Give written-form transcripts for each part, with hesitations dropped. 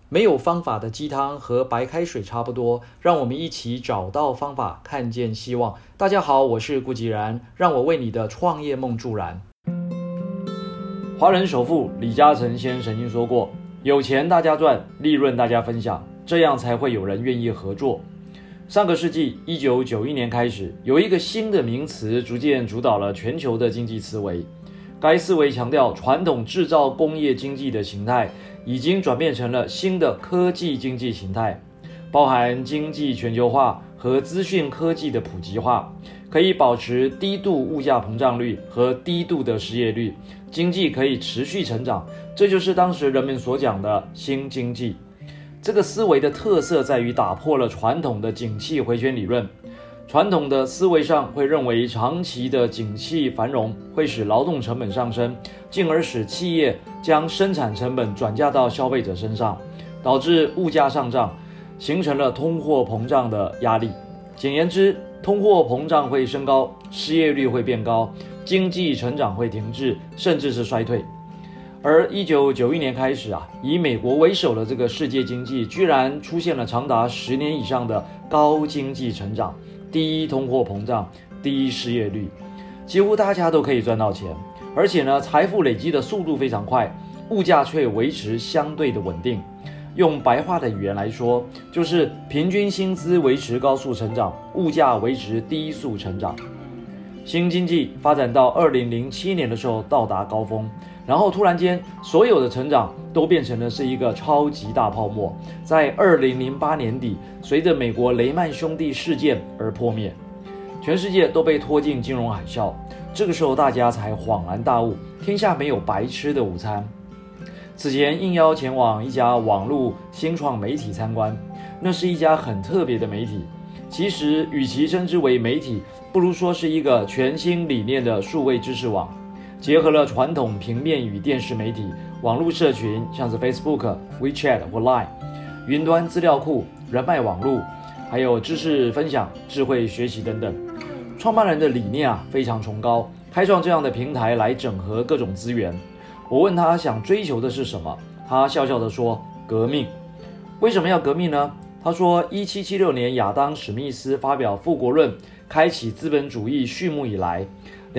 没有方法的鸡汤和白开水差不多，让我们一起找到方法，看见希望。大家好，我是顾吉然，让我为你的创业梦助燃。华人首富李嘉诚先生曾经说过，有钱大家赚，利润大家分享，这样才会有人愿意合作。上个世纪1991年开始，有一个新的名词逐渐主导了全球的经济思维。该思维强调传统制造工业经济的形态已经转变成了新的科技经济形态，包含经济全球化和资讯科技的普及化，可以保持低度物价膨胀率和低度的失业率，经济可以持续成长，这就是当时人们所讲的新经济。这个思维的特色在于打破了传统的景气回旋理论。传统的思维上会认为长期的景气繁荣会使劳动成本上升，进而使企业将生产成本转嫁到消费者身上，导致物价上涨，形成了通货膨胀的压力。简言之，通货膨胀会升高，失业率会变高，经济成长会停滞，甚至是衰退。而1991年开始以美国为首的这个世界经济居然出现了长达10年以上的高经济成长，低通货膨胀，低失业率，几乎大家都可以赚到钱，而且呢，财富累积的速度非常快，物价却维持相对的稳定。用白话的语言来说，就是平均薪资维持高速成长，物价维持低速成长。新经济发展到2007年的时候到达高峰，然后突然间所有的成长都变成了是一个超级大泡沫，在2008年底随着美国雷曼兄弟事件而破灭，全世界都被拖进金融海啸。这个时候大家才恍然大悟，天下没有白吃的午餐。此前应邀前往一家网络新创媒体参观，那是一家很特别的媒体，其实与其称之为媒体，不如说是一个全新理念的数位知识网，结合了传统平面与电视媒体、网络社群，像是 Facebook、WeChat 或 Line、云端资料库、人脉网络，还有知识分享、智慧学习等等。创办人的理念非常崇高，开创这样的平台来整合各种资源。我问他想追求的是什么，他笑笑地说：革命。为什么要革命呢？他说1776年亚当·史密斯发表《复国论》，开启资本主义序幕以来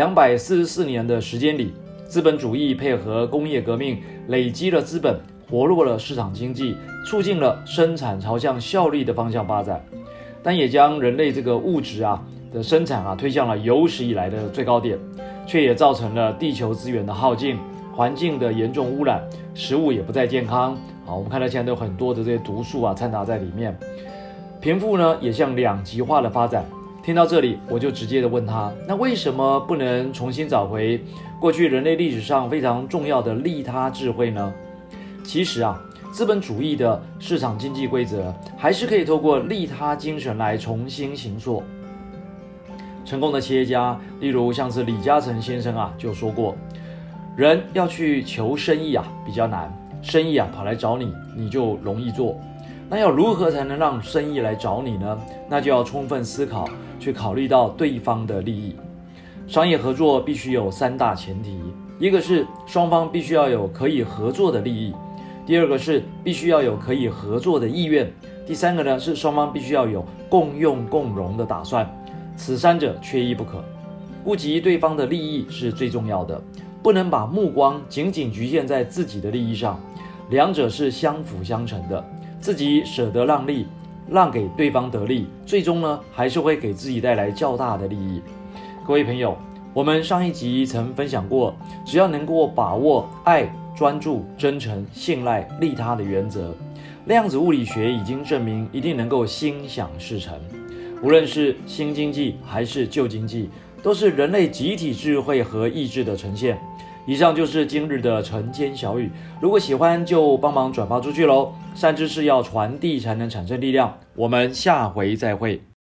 244年的时间里，资本主义配合工业革命，累积了资本，活络了市场经济，促进了生产朝向效率的方向发展，但也将人类这个物质的生产推向了有史以来的最高点，却也造成了地球资源的耗尽，环境的严重污染，食物也不再健康。我们看到现在都有很多的这些毒素掺杂在里面，贫富呢也向两极化的发展。听到这里，我就直接的问他，那为什么不能重新找回过去人类历史上非常重要的利他智慧呢？其实资本主义的市场经济规则还是可以透过利他精神来重新形塑。成功的企业家，例如像是李嘉诚先生就说过，人要去求生意比较难，生意跑来找你，你就容易做。那要如何才能让生意来找你呢？那就要充分思考，去考虑到对方的利益。商业合作必须有3大前提，一个是双方必须要有可以合作的利益，第二个是必须要有可以合作的意愿，第三个呢是双方必须要有共用共荣的打算，此3者缺一不可。顾及对方的利益是最重要的，不能把目光仅仅局限在自己的利益上，两者是相辅相成的，自己舍得让利，让给对方得利，最终呢还是会给自己带来较大的利益。各位朋友，我们上一集曾分享过，只要能够把握爱、专注、真诚、信赖、利他的原则，量子物理学已经证明一定能够心想事成。无论是新经济还是旧经济，都是人类集体智慧和意志的呈现。以上就是今日的晨间小语，如果喜欢就帮忙转发出去咯。善知识要传递才能产生力量，我们下回再会。